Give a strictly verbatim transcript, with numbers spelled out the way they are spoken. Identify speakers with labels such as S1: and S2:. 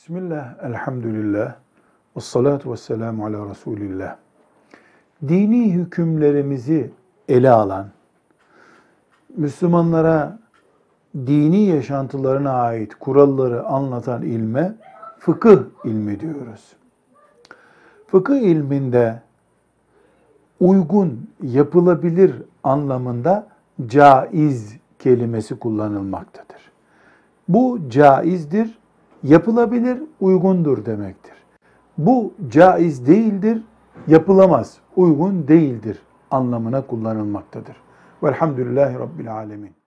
S1: Bismillah, elhamdülillah, ve salatu ve selamu ala Resulillah. Dini hükümlerimizi ele alan, Müslümanlara dini yaşantılarına ait kuralları anlatan ilme fıkıh ilmi diyoruz. Fıkıh ilminde uygun, yapılabilir anlamında caiz kelimesi kullanılmaktadır. Bu caizdir, yapılabilir, uygundur demektir. Bu caiz değildir, yapılamaz, uygun değildir anlamına kullanılmaktadır. Velhamdülillahi Rabbil alemin.